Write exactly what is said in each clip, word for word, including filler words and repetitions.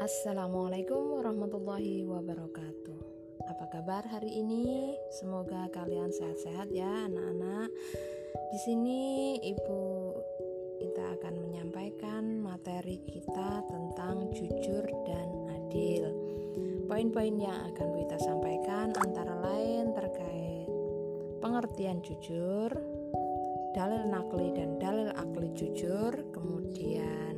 Assalamualaikum warahmatullahi wabarakatuh. Apa kabar hari ini? Semoga kalian sehat-sehat ya anak-anak. Di sini Ibu kita akan menyampaikan materi kita tentang jujur dan adil. Poin-poin yang akan kita sampaikan antara lain terkait pengertian jujur, dalil nakli dan dalil akli jujur, kemudian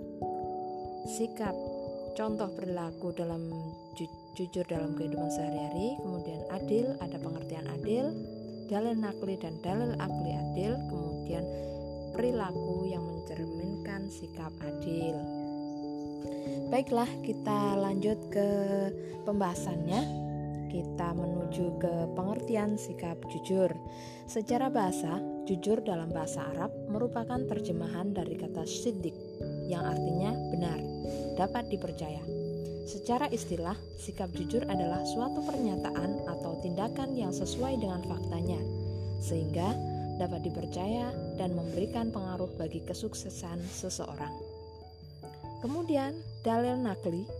sikap contoh perilaku dalam ju- jujur dalam kehidupan sehari-hari, kemudian adil, ada pengertian adil, dalil nakli dan dalil akli adil, kemudian perilaku yang mencerminkan sikap adil. Baiklah, kita lanjut ke pembahasannya. Kita menuju ke pengertian sikap jujur. Secara bahasa, jujur dalam bahasa Arab merupakan terjemahan dari kata siddiq yang artinya benar, dapat dipercaya. Secara istilah, sikap jujur adalah suatu pernyataan atau tindakan yang sesuai dengan faktanya, sehingga dapat dipercaya dan memberikan pengaruh bagi kesuksesan seseorang. Kemudian, dalil nakli.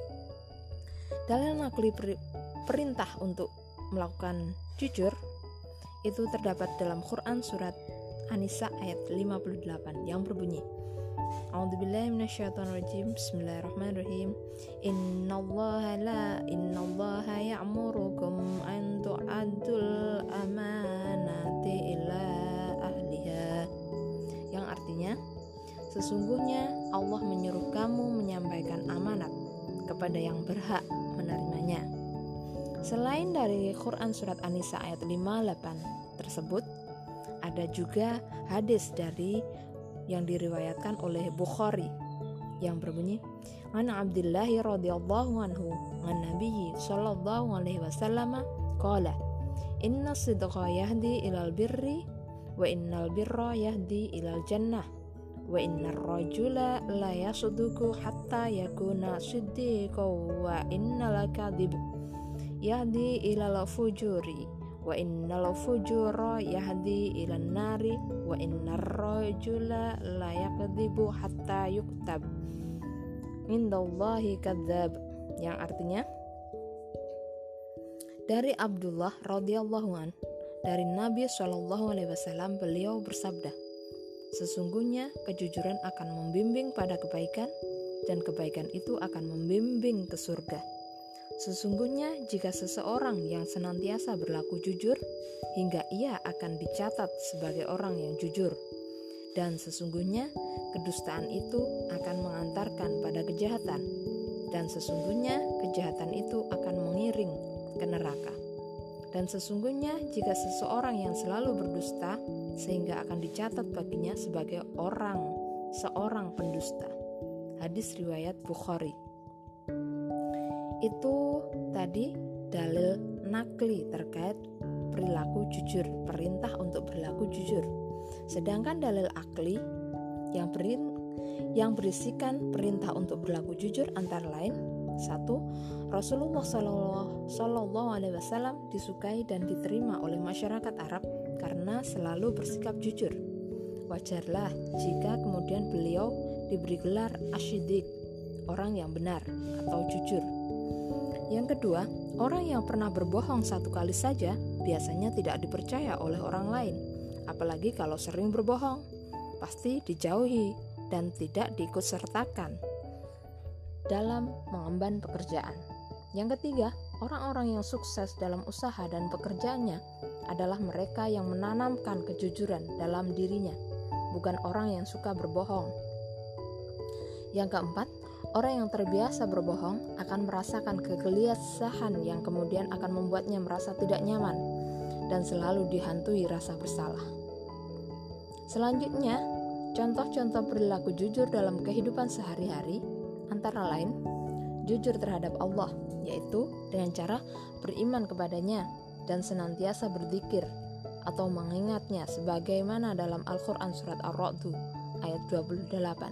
Dalil nakli perintah untuk melakukan jujur itu terdapat dalam Quran surat An-Nisa ayat lima puluh delapan yang berbunyi, A'udzubillahi minasyaitonirrajim. Bismillahirrahmanirrahim. Innallaha la innallaha ya'murukum an tu'addul amanati ila ahliha. Yang artinya, sesungguhnya Allah menyuruh kamu menyampaikan amanat kepada yang berhak menerimanya. Selain dari Quran surat An-Nisa ayat lima puluh delapan tersebut, ada juga hadis dari yang diriwayatkan oleh Bukhari yang berbunyi, An Abdullah radhiyallahu anhu an Nabi sallallahu alaihi wasallam qala, inna sidqa yahdi ilal birri wa innal birra yahdi ilal jannah wa innar rajula la yasduqu hatta yakuna siddiqan wa innal kadhib yahdi ilal fujuri wa innal fujura yahdi ilan nari wa innar rajula la yakdzibu hatta yuktab indallahi kadzab. Yang artinya, dari Abdullah radhiyallahu an dari Nabi sallallahu alaihi wasallam, beliau bersabda, sesungguhnya kejujuran akan membimbing pada kebaikan dan kebaikan itu akan membimbing ke surga. Sesungguhnya jika seseorang yang senantiasa berlaku jujur, hingga ia akan dicatat sebagai orang yang jujur. Dan sesungguhnya kedustaan itu akan mengantarkan pada kejahatan. Dan sesungguhnya kejahatan itu akan mengiring ke neraka. Dan sesungguhnya jika seseorang yang selalu berdusta, sehingga akan dicatat baginya sebagai orang, seorang pendusta. Hadis riwayat Bukhari. Itu tadi dalil nakli terkait perilaku jujur, perintah untuk berlaku jujur. Sedangkan dalil akli yang berin, yang berisikan perintah untuk berlaku jujur antara lain, satu, Rasulullah Shallallahu Alaihi Wasallam disukai dan diterima oleh masyarakat Arab karena selalu bersikap jujur. Wajarlah jika kemudian beliau diberi gelar asyidik, orang yang benar atau jujur. Yang kedua, orang yang pernah berbohong satu kali saja biasanya tidak dipercaya oleh orang lain, apalagi kalau sering berbohong, pasti dijauhi dan tidak diikutsertakan dalam mengemban pekerjaan. Yang ketiga, orang-orang yang sukses dalam usaha dan pekerjaannya adalah mereka yang menanamkan kejujuran dalam dirinya, bukan orang yang suka berbohong. Yang keempat, orang yang terbiasa berbohong akan merasakan kegelisahan yang kemudian akan membuatnya merasa tidak nyaman dan selalu dihantui rasa bersalah. Selanjutnya, contoh-contoh perilaku jujur dalam kehidupan sehari-hari antara lain jujur terhadap Allah, yaitu dengan cara beriman kepadanya dan senantiasa berzikir atau mengingatnya sebagaimana dalam Al-Quran surat Ar-Ra'd ayat dua puluh delapan.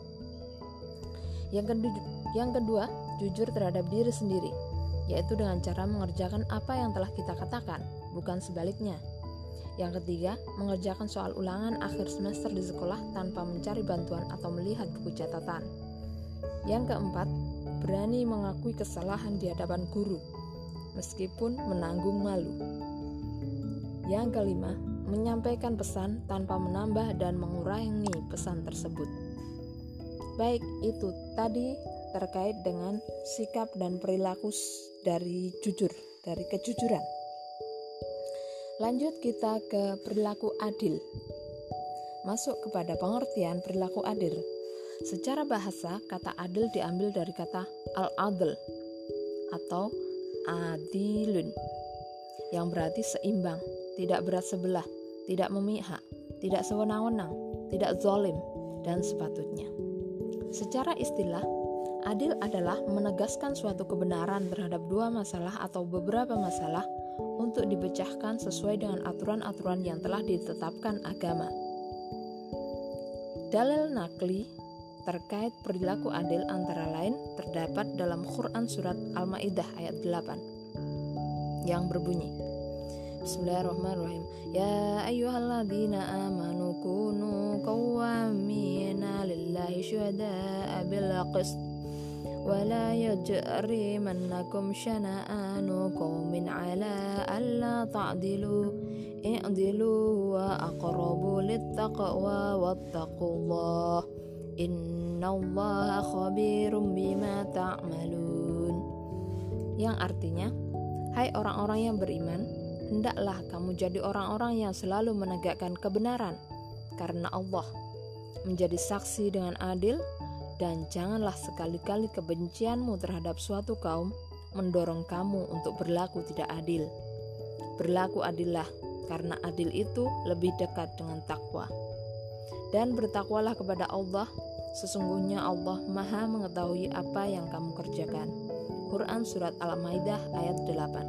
Yang kedua, yang kedua, jujur terhadap diri sendiri, yaitu dengan cara mengerjakan apa yang telah kita katakan, bukan sebaliknya. Yang ketiga, mengerjakan soal ulangan akhir semester di sekolah tanpa mencari bantuan atau melihat buku catatan. Yang keempat, berani mengakui kesalahan di hadapan guru, meskipun menanggung malu. Yang kelima, menyampaikan pesan tanpa menambah dan mengurangi pesan tersebut. Baik, itu tadi terkait dengan sikap dan perilaku dari jujur, dari kejujuran. Lanjut kita ke perilaku adil. Masuk kepada pengertian perilaku adil. Secara bahasa, kata adil diambil dari kata al-adl atau adilun, yang berarti seimbang, tidak berat sebelah, tidak memihak, tidak sewenang-wenang, tidak zalim, dan sepatutnya. Secara istilah, adil adalah menegaskan suatu kebenaran terhadap dua masalah atau beberapa masalah untuk dipecahkan sesuai dengan aturan-aturan yang telah ditetapkan agama. Dalil nakli terkait perilaku adil antara lain terdapat dalam Quran surat Al-Maidah ayat delapan yang berbunyi, Bismillahirrahmanirrahim. Ya ayyuhalladzina amanu kunu qawwamina lillahi syuhada'a bil qist wa la yajrimannakum syana'anu qaumin 'ala alla ta'dilu i'dilu wa aqrabu littaqwa wattaqullah innallaha khabirum bima ta'malun. Yang artinya, hai orang-orang yang beriman, hendaklah kamu jadi orang-orang yang selalu menegakkan kebenaran karena Allah, menjadi saksi dengan adil, dan janganlah sekali-kali kebencianmu terhadap suatu kaum mendorong kamu untuk berlaku tidak adil. Berlaku adillah, karena adil itu lebih dekat dengan takwa. Dan bertakwalah kepada Allah, sesungguhnya Allah Maha mengetahui apa yang kamu kerjakan. Quran surat Al-Maidah ayat delapan.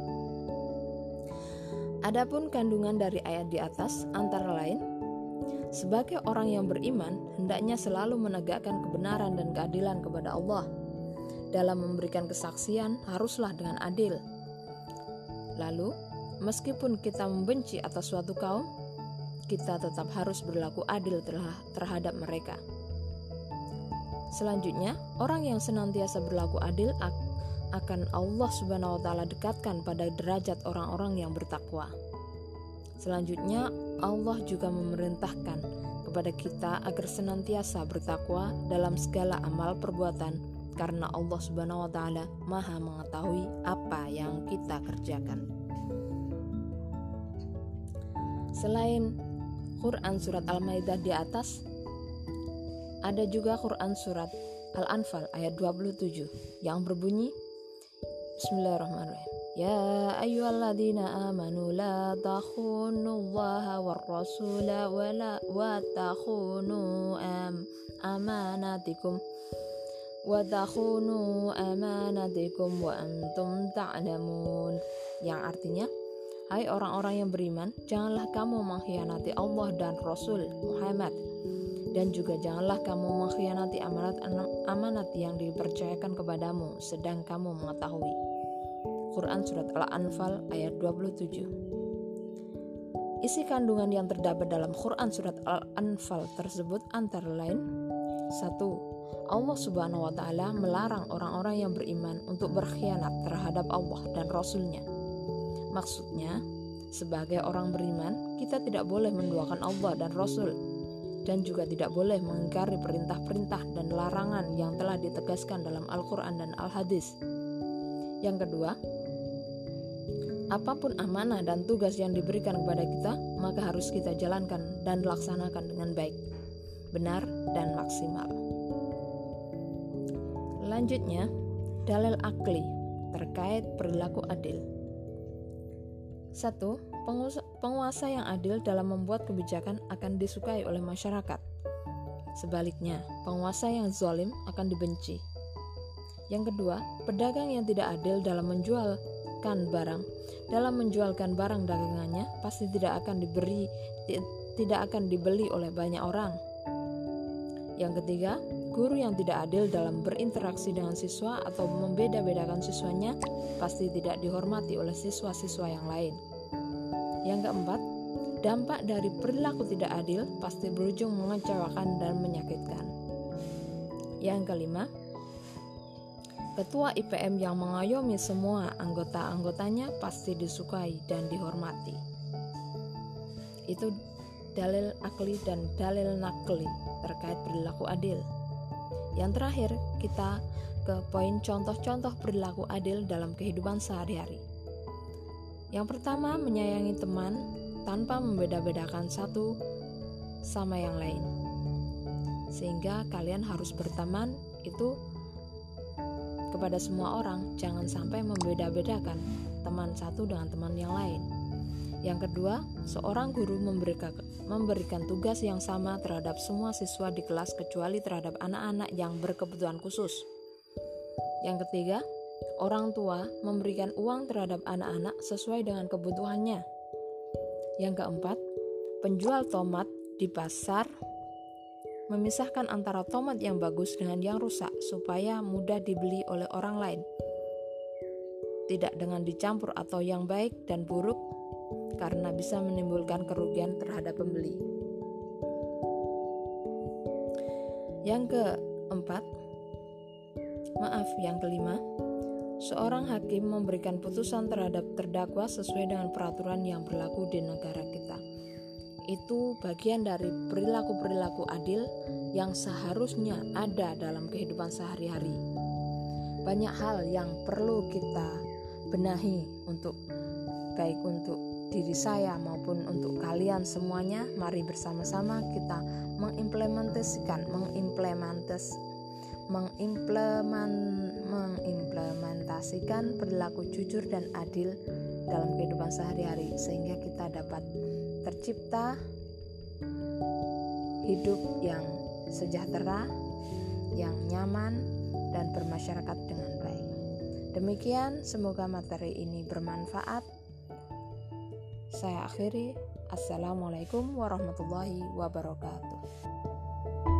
Adapun kandungan dari ayat di atas antara lain, sebagai orang yang beriman hendaknya selalu menegakkan kebenaran dan keadilan kepada Allah. Dalam memberikan kesaksian haruslah dengan adil. Lalu, meskipun kita membenci atas suatu kaum, kita tetap harus berlaku adil terhadap mereka. Selanjutnya, orang yang senantiasa berlaku adil akan Allah Subhanahu wa taala dekatkan pada derajat orang-orang yang bertakwa. Selanjutnya, Allah juga memerintahkan kepada kita agar senantiasa bertakwa dalam segala amal perbuatan, karena Allah Subhanahu wa taala Maha mengetahui apa yang kita kerjakan. Selain Quran surat Al-Maidah di atas, ada juga Quran surat Al-Anfal ayat dua puluh tujuh yang berbunyi, Bismillahirrahmanirrahim. Ya ayyuhalladzina amanu la takhunullaha war rasula wa la wa takhunu am amanatikum wa takhunu amanatikum wa antum ta'lamun. Yang artinya, hai orang-orang yang beriman, janganlah kamu mengkhianati Allah dan Rasul Muhammad, dan juga janganlah kamu mengkhianati amanat-amanat yang dipercayakan kepadamu sedang kamu mengetahui. Quran surat Al-Anfal ayat dua puluh tujuh. Isi kandungan yang terdapat dalam Quran surat Al-Anfal tersebut antara lain, satu, Allah Subhanahu wa taala melarang orang-orang yang beriman untuk berkhianat terhadap Allah dan Rasul-Nya. Maksudnya, sebagai orang beriman, kita tidak boleh menduakan Allah dan Rasul, dan juga tidak boleh mengingkari perintah-perintah dan larangan yang telah ditegaskan dalam Al-Quran dan Al-Hadis. Yang kedua, apapun amanah dan tugas yang diberikan kepada kita, maka harus kita jalankan dan laksanakan dengan baik, benar, dan maksimal. Selanjutnya, dalil akli terkait perilaku adil. Satu, penguasa yang adil dalam membuat kebijakan akan disukai oleh masyarakat. Sebaliknya, penguasa yang zalim akan dibenci. Yang kedua, pedagang yang tidak adil dalam menjualkan barang, dalam menjualkan barang dagangannya pasti tidak akan diberi, tidak akan dibeli oleh banyak orang. Yang ketiga, guru yang tidak adil dalam berinteraksi dengan siswa atau membeda-bedakan siswanya pasti tidak dihormati oleh siswa-siswa yang lain. Yang keempat, dampak dari perilaku tidak adil pasti berujung mengecewakan dan menyakitkan. Yang kelima, Ketua I P M yang mengayomi semua anggota-anggotanya pasti disukai dan dihormati. Itu dalil akli dan dalil nakli terkait perilaku adil. Yang terakhir, kita ke poin contoh-contoh perilaku adil dalam kehidupan sehari-hari. Yang pertama, menyayangi teman tanpa membeda-bedakan satu sama yang lain. Sehingga kalian harus berteman itu kepada semua orang, jangan sampai membeda-bedakan teman satu dengan teman yang lain. Yang kedua, seorang guru memberikan, memberikan tugas yang sama terhadap semua siswa di kelas kecuali terhadap anak-anak yang berkebutuhan khusus. Yang ketiga, orang tua memberikan uang terhadap anak-anak sesuai dengan kebutuhannya. Yang keempat, penjual tomat di pasar memisahkan antara tomat yang bagus dengan yang rusak supaya mudah dibeli oleh orang lain. Tidak dengan dicampur atau yang baik dan buruk karena bisa menimbulkan kerugian terhadap pembeli. Yang keempat, maaf, yang kelima, seorang hakim memberikan putusan terhadap terdakwa sesuai dengan peraturan yang berlaku di negara kita. Itu bagian dari perilaku-perilaku adil yang seharusnya ada dalam kehidupan sehari-hari. Banyak hal yang perlu kita benahi untuk baik untuk diri saya maupun untuk kalian semuanya. Mari bersama-sama kita mengimplementasikan, mengimplementas, mengimpleman, mengimplementasikan perilaku jujur dan adil dalam kehidupan sehari-hari sehingga kita dapat tercipta hidup yang sejahtera, yang nyaman, dan bermasyarakat dengan baik. Demikian, semoga materi ini bermanfaat. Saya akhiri. Assalamualaikum warahmatullahi wabarakatuh.